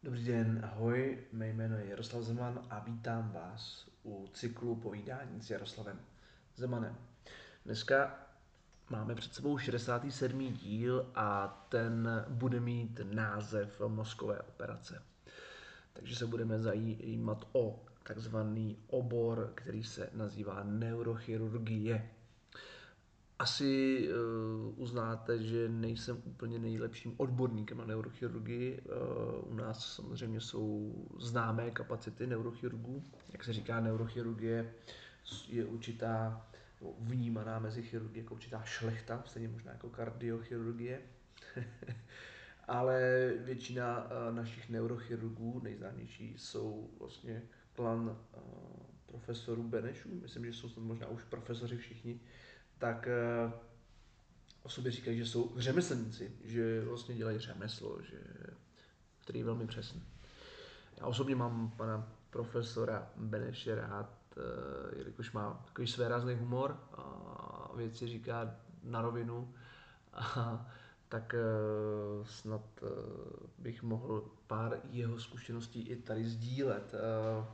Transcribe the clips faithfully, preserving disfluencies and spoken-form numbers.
Dobrý den, ahoj, mé jméno je Jaroslav Zeman a vítám vás u cyklu povídání s Jaroslavem Zemanem. Dneska máme před sebou šedesátý sedmý díl a ten bude mít název Mozkové operace. Takže se budeme zajímat o takzvaný obor, který se nazývá neurochirurgie. Asi uh, uznáte, že nejsem úplně nejlepším odborníkem na neurochirurgii. Uh, u nás samozřejmě jsou známé kapacity neurochirurgů. Jak se říká, neurochirurgie je určitá, vnímaná mezi chirurgy jako určitá šlechta, stejně možná jako kardiochirurgie. Ale většina uh, našich neurochirurgů, nejznámější, jsou vlastně klan uh, profesorů Benešů. Myslím, že jsou tam možná už profesoři všichni, tak uh, o sobě říkají, že jsou řemeslníci, že vlastně dělají řemeslo, že, který je velmi přesný. Já osobně mám pana profesora Beneše rád, uh, jelikož má takový svérázný humor a věci říká na rovinu, a tak uh, snad uh, bych mohl pár jeho zkušeností i tady sdílet. Uh,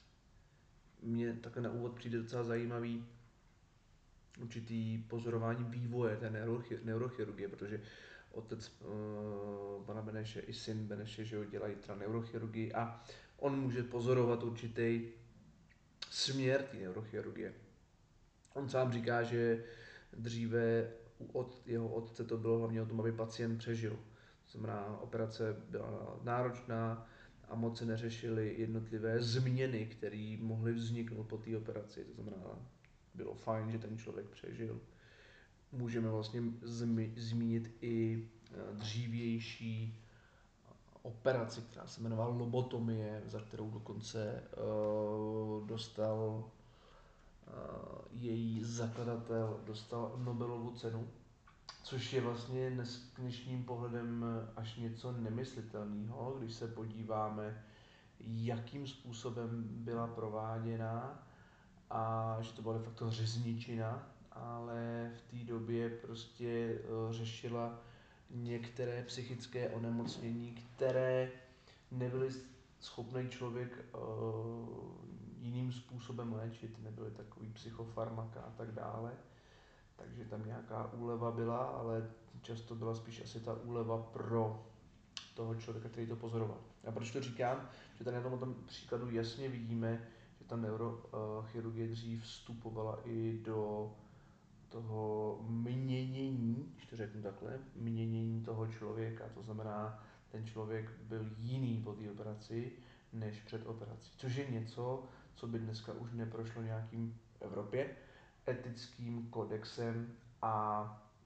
mně takhle na úvod přijde docela zajímavý určitý pozorování vývoje té neurochirurgie, protože otec uh, pana Beneše i syn Beneše, že ho dělají teda neurochirurgii a on může pozorovat určitý směr té neurochirurgie. On sám říká, že dříve u od jeho otce to bylo hlavně o tom, aby pacient přežil. To znamená, operace byla náročná a moc se neřešily jednotlivé změny, které mohly vzniknout po té operaci. To znamená, bylo fajn, že ten člověk přežil. Můžeme vlastně zmi- zmínit i dřívější operaci, která se jmenovala lobotomie, za kterou dokonce uh, dostal uh, její zakladatel dostal Nobelovu cenu, což je vlastně dnes, dnešním pohledem až něco nemyslitelného, když se podíváme, jakým způsobem byla prováděna a že to byla de facto řezničina, ale v té době prostě uh, řešila některé psychické onemocnění, které nebyly schopný člověk uh, jiným způsobem léčit, nebyly takový psychofarmaka a tak dále. Takže tam nějaká úleva byla, ale často byla spíš asi ta úleva pro toho člověka, který to pozoroval. A proč to říkám? Že tady na tom, tom příkladu jasně vidíme, že ta neurochirurgie dřív vstupovala i do toho měnění, když to řeknu takhle, měnění toho člověka. To znamená, ten člověk byl jiný po té operaci, než před operací. Což je něco, co by dneska už neprošlo nějakým v Evropě etickým kodexem a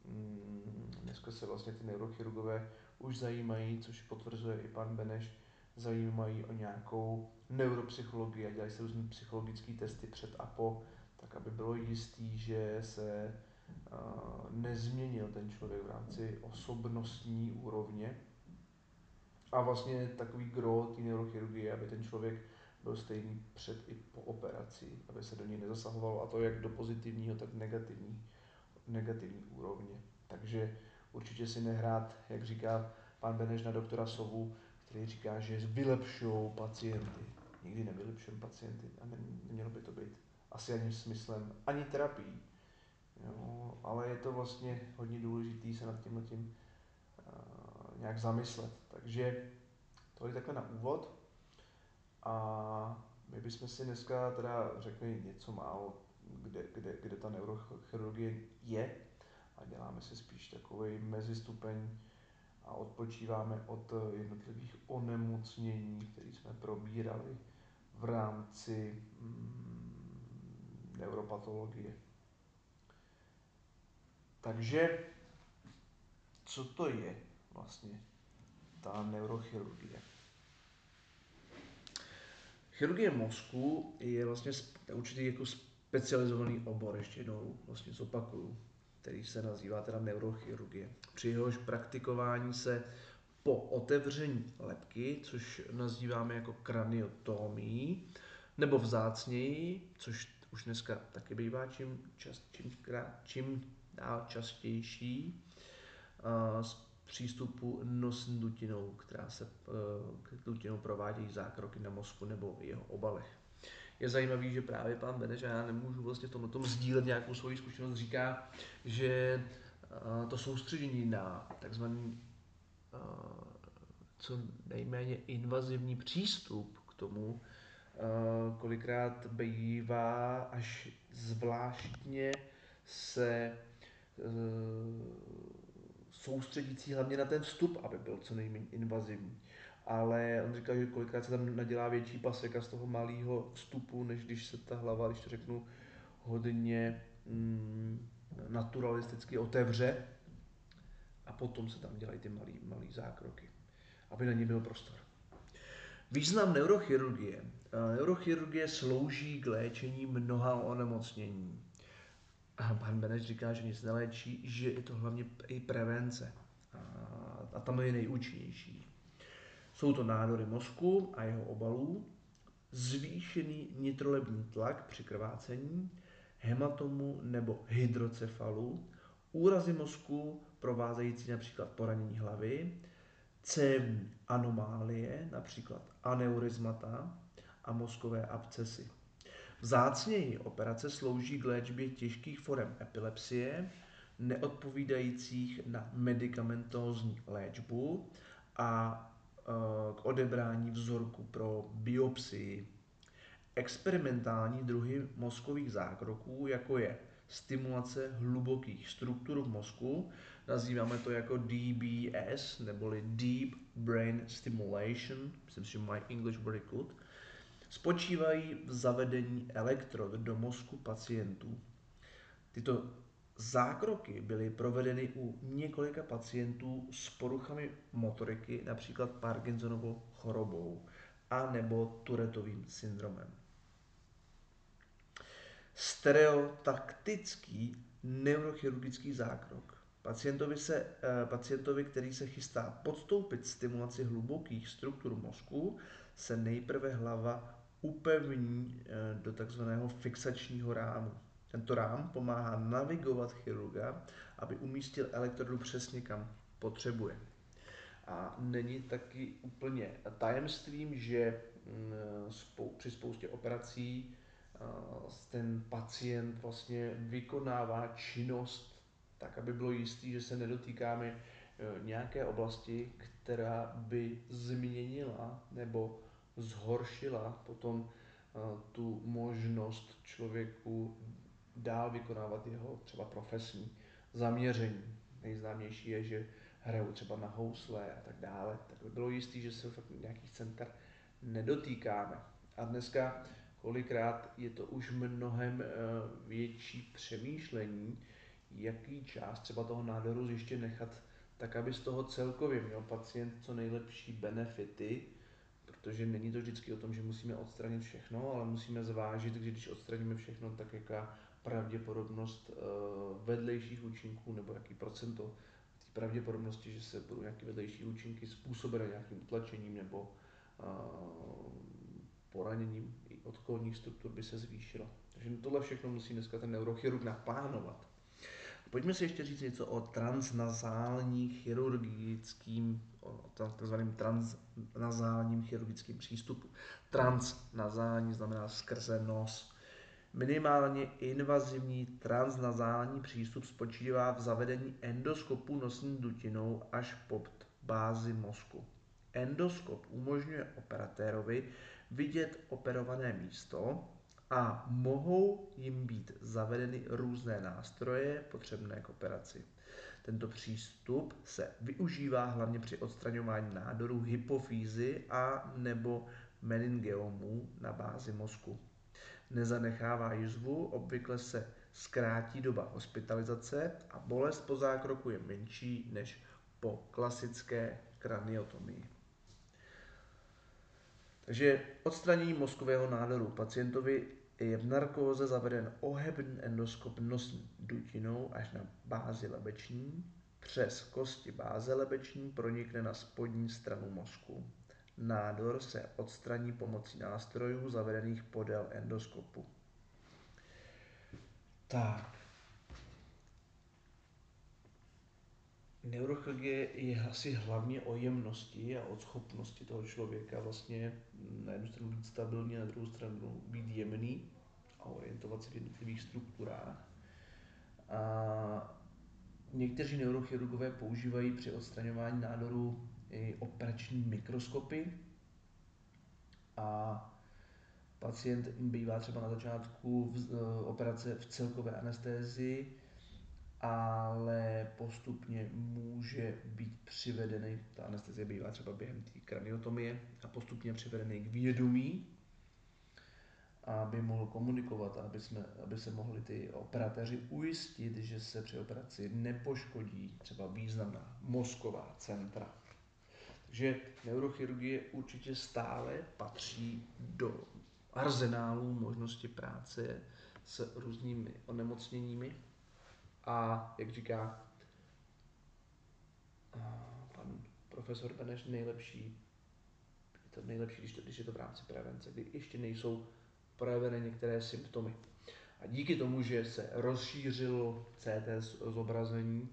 mm, dneska se vlastně ty neurochirurgové už zajímají, což potvrzuje i pan Beneš, zajímají o nějakou neuropsychologii a dělají se různé psychologické testy před a po, tak aby bylo jistý, že se uh, nezměnil ten člověk v rámci osobnostní úrovně. A vlastně takový gro té neurochirurgie, aby ten člověk byl stejný před i po operaci, aby se do něj nezasahovalo, a to jak do pozitivního, tak negativní, negativní úrovně. Takže určitě si nehrát, jak říká pan Beneš na doktora Sovu, který říká, že vylepšují pacienty. Nikdy nevylepšujeme pacienty a ne, nemělo by to být asi ani smyslem, ani terapií. Jo, ale je to vlastně hodně důležité se nad tím, tím uh, nějak zamyslet. Takže to je takhle na úvod a my bychom si dneska teda řekli něco málo, kde, kde, kde ta neurochirurgie je a děláme si spíš takový mezistupeň a odpočíváme od jednotlivých onemocnění, které jsme probírali v rámci mm, neuropatologie. Takže co to je vlastně ta neurochirurgie? Chirurgie mozku je vlastně určitý jako specializovaný obor, ještě jednou vlastně zopakuju, který se nazývá teda neurochirurgie. Při jehož praktikování se po otevření lebky, což nazýváme jako kraniotomii, nebo vzácněji, což už dneska taky bývá čím, čas, čím, čím dál častější, přístupu nosní dutinou, která se k dutinou provádějí zákroky na mozku nebo jeho obalech. Je zajímavý, že právě pan Beneš, a já nemůžu vlastně v tomhle sdílet nějakou svoji zkušenost, říká, že to soustředění na takzvaný co nejméně invazivní přístup k tomu, kolikrát bývá až zvláštně se soustředící hlavně na ten vstup, aby byl co nejméně invazivní. Ale on říká, že kolikrát se tam nadělá větší paseka z toho malého vstupu, než když se ta hlava, když to řeknu, hodně mm, naturalisticky otevře a potom se tam dělají ty malý, malý zákroky, aby na ně byl prostor. Význam neurochirurgie. Neurochirurgie slouží k léčení mnoha onemocnění. A pan Beneš říká, že nic neléčí, že je to hlavně i prevence. A, a tam je nejúčinnější. Jsou to nádory mozku a jeho obalů, zvýšený nitrolební tlak při krvácení, hematomu nebo hydrocefalu, úrazy mozku provázející například poranění hlavy, cévní anomálie, například aneurizmata a mozkové abscesy. Vzácněji operace slouží k léčbě těžkých forem epilepsie, neodpovídajících na medikamentózní léčbu a k odebrání vzorku pro biopsii. Experimentální druhy mozkových zákroků, jako je stimulace hlubokých struktur v mozku, nazýváme to jako D B S, neboli Deep Brain Stimulation, myslím, že my English very good, spočívají v zavedení elektrod do mozku pacientů. Tyto zákroky byly provedeny u několika pacientů s poruchami motoriky, například Parkinsonovou chorobou a nebo Tourettovým syndromem. Stereotaktický neurochirurgický zákrok. Pacientovi, se, pacientovi, který se chystá podstoupit stimulaci hlubokých struktur mozku, se nejprve hlava upevní do takzvaného fixačního rámu. Tento rám pomáhá navigovat chirurga, aby umístil elektrodu přesně kam potřebuje. A není taky úplně tajemstvím, že při spoustě operací ten pacient vlastně vykonává činnost tak, aby bylo jistý, že se nedotýkáme nějaké oblasti, která by změnila nebo zhoršila potom tu možnost člověku dál vykonávat jeho třeba profesní zaměření. Nejznámější je, že hrajou třeba na housle a tak dále, tak by bylo jistý, že se fakt nějakých center nedotýkáme. A dneska kolikrát je to už mnohem větší přemýšlení, jaký část třeba toho nádoru ještě nechat, tak aby z toho celkově měl pacient co nejlepší benefity, protože není to vždycky o tom, že musíme odstranit všechno, ale musíme zvážit, že když odstraníme všechno, tak jaká pravděpodobnost vedlejších účinků nebo jaký procento té pravděpodobnosti, že se budou nějaké vedlejší účinky způsobené nějakým utlačením nebo poraněním i odkolních struktur by se zvýšilo. Takže tohle všechno musí dneska ten neurochirurg naplánovat. Pojďme si ještě říct něco o transnazálním chirurgickým, o takzvaném transnazálním chirurgickém přístupu. Transnazální znamená skrze nos. Minimálně invazivní transnazální přístup spočívá v zavedení endoskopu nosní dutinou až pod bázi mozku. Endoskop umožňuje operatérovi vidět operované místo a mohou jim být zavedeny různé nástroje potřebné k operaci. Tento přístup se využívá hlavně při odstraňování nádorů hypofýzy a nebo meningeomů na bázi mozku. Nezanechává jizvu, obvykle se zkrátí doba hospitalizace a bolest po zákroku je menší než po klasické kraniotomii. Takže odstranění mozkového nádoru. Pacientovi je v narkóze zaveden ohebný endoskop nosní dutinou až na bázi lebeční. Přes kosti báze lebeční pronikne na spodní stranu mozku. Nádor se odstraní pomocí nástrojů zavedených podél endoskopu. Tak. neurochirurgie je asi hlavně o jemnosti a o schopnosti toho člověka vlastně na jednu stranu být stabilní, na druhou stranu být jemný a orientovat se v jednotlivých strukturách. A někteří neurochirurgové používají při odstraňování nádorů i operační mikroskopy a pacient bývá třeba na začátku v, operace v celkové anestézii, ale postupně může být přivedený, ta anestezie bývá třeba během té kraniotomie, a postupně přivedený k vědomí, aby mohl komunikovat, aby, jsme, aby se mohli ty operatéři ujistit, že se při operaci nepoškodí třeba významná mozková centra. Takže neurochirurgie určitě stále patří do arzenálu možnosti práce s různými onemocněními. A jak říká pan profesor Beneš, nejlepší, je to nejlepší, když, to, když je to v rámci prevence, kdy ještě nejsou projeveny některé symptomy. A díky tomu, že se rozšířilo C T zobrazení,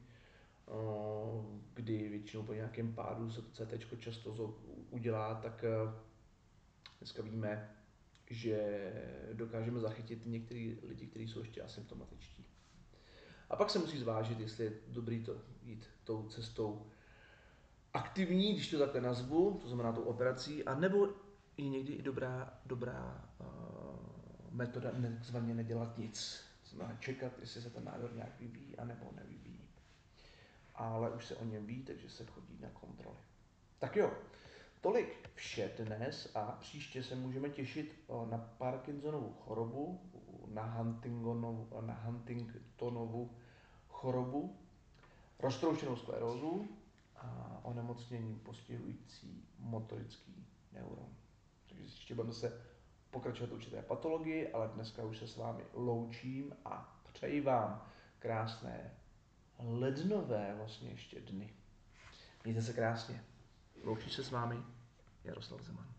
kdy většinou po nějakém pádu se to C T často udělá, tak dneska víme, že dokážeme zachytit některé lidi, kteří jsou ještě asymptomatičtí. A pak se musí zvážit, jestli je dobrý to jít tou cestou aktivní, když to takhle nazvu, to znamená tou operací, a nebo je někdy i dobrá, dobrá uh, metoda takzvaně nedělat nic. To znamená čekat, jestli se ten nádor nějak vyvíjí, anebo nevyvíjí. Ale už se o něm ví, takže se chodí na kontroly. Tak jo, tolik vše dnes a příště se můžeme těšit na Parkinsonovu chorobu, na, na Huntingtonovu chorobu, roztroušenou sklerózu a onemocnění postihující motorický neuron. Takže ještě budeme se pokračovat určité patologii, ale dneska už se s vámi loučím a přeji vám krásné lednové vlastně ještě dny. Mějte se krásně. Loučí se s vámi Jaroslav Zeman.